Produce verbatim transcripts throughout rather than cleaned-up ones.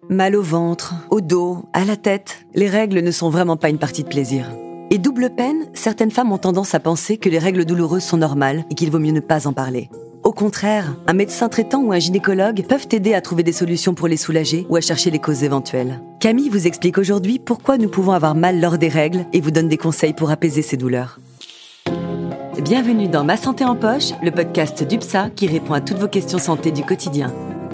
Mal au ventre, au dos, à la tête, les règles ne sont vraiment pas une partie de plaisir. Et double peine, certaines femmes ont tendance à penser que les règles douloureuses sont normales et qu'il vaut mieux ne pas en parler. Au contraire, un médecin traitant ou un gynécologue peuvent t'aider à trouver des solutions pour les soulager ou à chercher les causes éventuelles. Camille vous explique aujourd'hui pourquoi nous pouvons avoir mal lors des règles et vous donne des conseils pour apaiser ces douleurs. Bienvenue dans Ma Santé en Poche, le podcast d'U P S A qui répond à toutes vos questions santé du quotidien.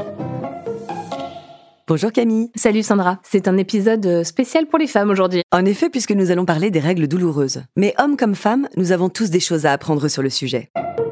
Bonjour Camille. Salut Sandra, c'est un épisode spécial pour les femmes aujourd'hui. En effet, puisque nous allons parler des règles douloureuses. Mais hommes comme femmes, nous avons tous des choses à apprendre sur le sujet.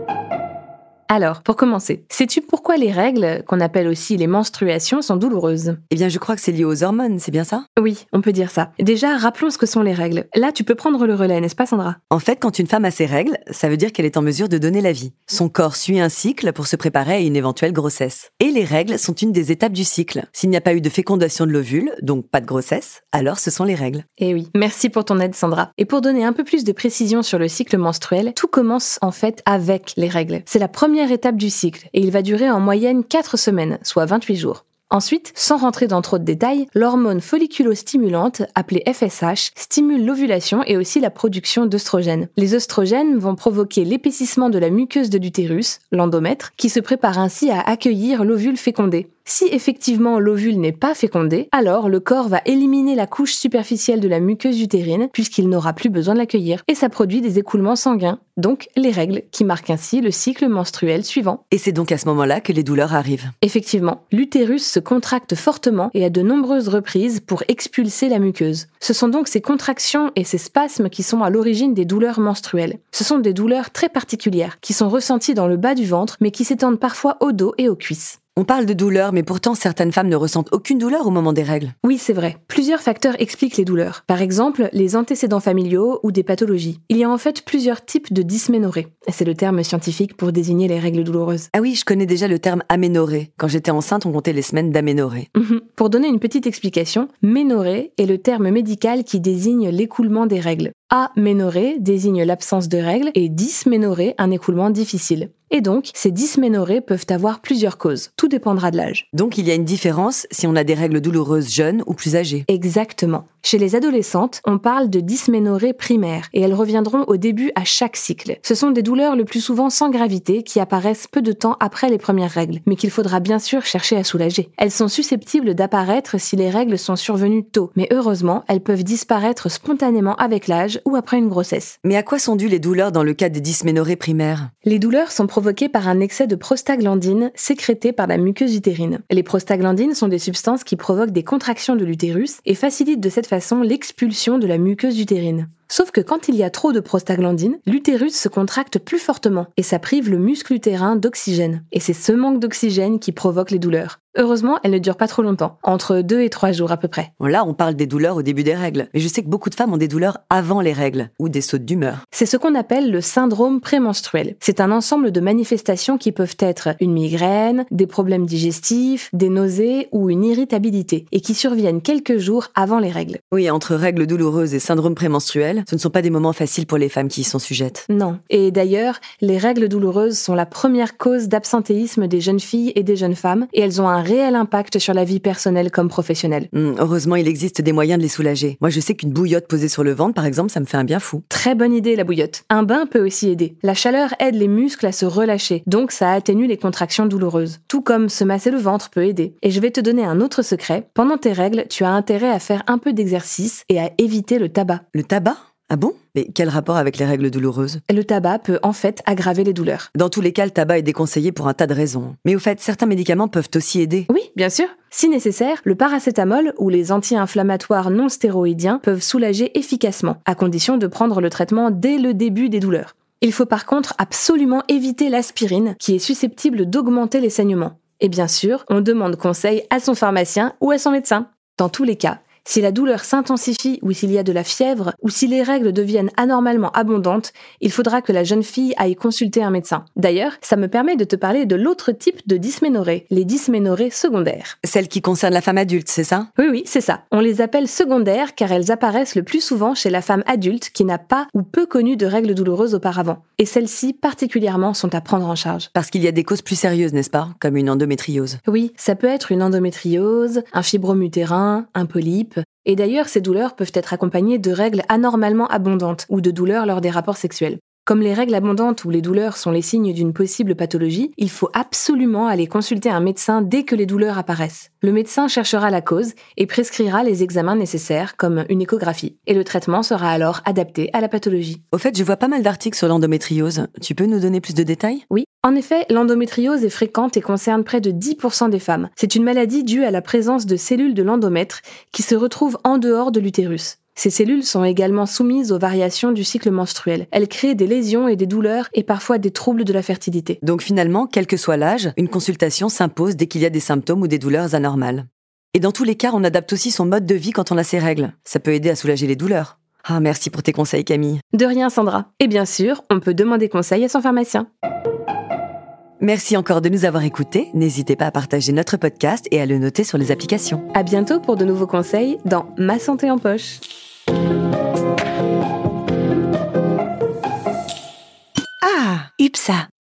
Alors, pour commencer, sais-tu pourquoi les règles, qu'on appelle aussi les menstruations, sont douloureuses ? Eh bien, je crois que c'est lié aux hormones, c'est bien ça ? Oui, on peut dire ça. Déjà, rappelons ce que sont les règles. Là, tu peux prendre le relais, n'est-ce pas Sandra ? En fait, quand une femme a ses règles, ça veut dire qu'elle est en mesure de donner la vie. Son corps suit un cycle pour se préparer à une éventuelle grossesse. Et les règles sont une des étapes du cycle. S'il n'y a pas eu de fécondation de l'ovule, donc pas de grossesse, alors ce sont les règles. Eh oui, merci pour ton aide Sandra. Et pour donner un peu plus de précision sur le cycle menstruel, tout commence en fait avec les règles. C'est la première étape du cycle. Et il va durer en moyenne quatre semaines, soit vingt-huit jours. Ensuite, sans rentrer dans trop de détails, l'hormone folliculostimulante, appelée F S H, stimule l'ovulation et aussi la production d'œstrogènes. Les œstrogènes vont provoquer l'épaississement de la muqueuse de l'utérus, l'endomètre, qui se prépare ainsi à accueillir l'ovule fécondé. Si effectivement l'ovule n'est pas fécondé, alors le corps va éliminer la couche superficielle de la muqueuse utérine puisqu'il n'aura plus besoin de l'accueillir et ça produit des écoulements sanguins, donc les règles qui marquent ainsi le cycle menstruel suivant. Et c'est donc à ce moment-là que les douleurs arrivent. Effectivement, l'utérus se contracte fortement et à de nombreuses reprises pour expulser la muqueuse. Ce sont donc ces contractions et ces spasmes qui sont à l'origine des douleurs menstruelles. Ce sont des douleurs très particulières qui sont ressenties dans le bas du ventre mais qui s'étendent parfois au dos et aux cuisses. On parle de douleur, mais pourtant certaines femmes ne ressentent aucune douleur au moment des règles. Oui, c'est vrai. Plusieurs facteurs expliquent les douleurs. Par exemple, les antécédents familiaux ou des pathologies. Il y a en fait plusieurs types de dysménorrhée. C'est le terme scientifique pour désigner les règles douloureuses. Ah oui, je connais déjà le terme aménorrhée. Quand j'étais enceinte, on comptait les semaines d'aménorrhée. Mmh. Pour donner une petite explication, ménorrhée est le terme médical qui désigne l'écoulement des règles. Aménorrhée désigne l'absence de règles et dysménorrhée un écoulement difficile. Et donc, ces dysménorrhées peuvent avoir plusieurs causes. Tout dépendra de l'âge. Donc, il y a une différence si on a des règles douloureuses jeunes ou plus âgées. Exactement. Chez les adolescentes, on parle de dysménorrhée primaire et elles reviendront au début à chaque cycle. Ce sont des douleurs le plus souvent sans gravité qui apparaissent peu de temps après les premières règles, mais qu'il faudra bien sûr chercher à soulager. Elles sont susceptibles d'apparaître si les règles sont survenues tôt, mais heureusement, elles peuvent disparaître spontanément avec l'âge ou après une grossesse. Mais à quoi sont dues les douleurs dans le cas des dysménorrhées primaires ? Les douleurs sont provoquées par un excès de prostaglandines sécrétées par la muqueuse utérine. Les prostaglandines sont des substances qui provoquent des contractions de l'utérus et facilitent de cette façon l'expulsion de la muqueuse utérine. Sauf que quand il y a trop de prostaglandines, l'utérus se contracte plus fortement et ça prive le muscle utérin d'oxygène. Et c'est ce manque d'oxygène qui provoque les douleurs. Heureusement, elles ne durent pas trop longtemps, entre deux et trois jours à peu près. Bon, là, on parle des douleurs au début des règles, mais je sais que beaucoup de femmes ont des douleurs avant les règles, ou des sautes d'humeur. C'est ce qu'on appelle le syndrome prémenstruel. C'est un ensemble de manifestations qui peuvent être une migraine, des problèmes digestifs, des nausées ou une irritabilité, et qui surviennent quelques jours avant les règles. Oui, entre règles douloureuses et syndrome prémenstruel, ce ne sont pas des moments faciles pour les femmes qui y sont sujettes. Non. Et d'ailleurs, les règles douloureuses sont la première cause d'absentéisme des jeunes filles et des jeunes femmes, et elles ont un réel impact sur la vie personnelle comme professionnelle. Mmh, heureusement, il existe des moyens de les soulager. Moi, je sais qu'une bouillotte posée sur le ventre, par exemple, ça me fait un bien fou. Très bonne idée, la bouillotte. Un bain peut aussi aider. La chaleur aide les muscles à se relâcher, donc ça atténue les contractions douloureuses. Tout comme se masser le ventre peut aider. Et je vais te donner un autre secret. Pendant tes règles, tu as intérêt à faire un peu d'exercice et à éviter le tabac. Le tabac ? Ah bon ? Mais quel rapport avec les règles douloureuses ? Le tabac peut en fait aggraver les douleurs. Dans tous les cas, le tabac est déconseillé pour un tas de raisons. Mais au fait, certains médicaments peuvent aussi aider. Oui, bien sûr. Si nécessaire, le paracétamol ou les anti-inflammatoires non stéroïdiens peuvent soulager efficacement, à condition de prendre le traitement dès le début des douleurs. Il faut par contre absolument éviter l'aspirine, qui est susceptible d'augmenter les saignements. Et bien sûr, on demande conseil à son pharmacien ou à son médecin. Dans tous les cas, Si la douleur s'intensifie ou s'il y a de la fièvre ou si les règles deviennent anormalement abondantes, il faudra que la jeune fille aille consulter un médecin. D'ailleurs, ça me permet de te parler de l'autre type de dysménorrhée, les dysménorrhées secondaires. Celle qui concerne la femme adulte, c'est ça ? Oui, oui, c'est ça. On les appelle secondaires car elles apparaissent le plus souvent chez la femme adulte qui n'a pas ou peu connu de règles douloureuses auparavant. Et celles-ci, particulièrement, sont à prendre en charge. Parce qu'il y a des causes plus sérieuses, n'est-ce pas ? Comme une endométriose. Oui, ça peut être une endométriose, un fibrome utérin, un polype. Et d'ailleurs, ces douleurs peuvent être accompagnées de règles anormalement abondantes ou de douleurs lors des rapports sexuels. Comme les règles abondantes ou les douleurs sont les signes d'une possible pathologie, il faut absolument aller consulter un médecin dès que les douleurs apparaissent. Le médecin cherchera la cause et prescrira les examens nécessaires comme une échographie. Et le traitement sera alors adapté à la pathologie. Au fait, je vois pas mal d'articles sur l'endométriose. Tu peux nous donner plus de détails ? Oui. En effet, l'endométriose est fréquente et concerne près de dix pour cent des femmes. C'est une maladie due à la présence de cellules de l'endomètre qui se retrouvent en dehors de l'utérus. Ces cellules sont également soumises aux variations du cycle menstruel. Elles créent des lésions et des douleurs et parfois des troubles de la fertilité. Donc finalement, quel que soit l'âge, une consultation s'impose dès qu'il y a des symptômes ou des douleurs anormales. Et dans tous les cas, on adapte aussi son mode de vie quand on a ses règles. Ça peut aider à soulager les douleurs. Ah, merci pour tes conseils, Camille. De rien, Sandra. Et bien sûr, on peut demander conseil à son pharmacien. Merci encore de nous avoir écoutés. N'hésitez pas à partager notre podcast et à le noter sur les applications. À bientôt pour de nouveaux conseils dans Ma Santé en Poche. Ah, U P S A.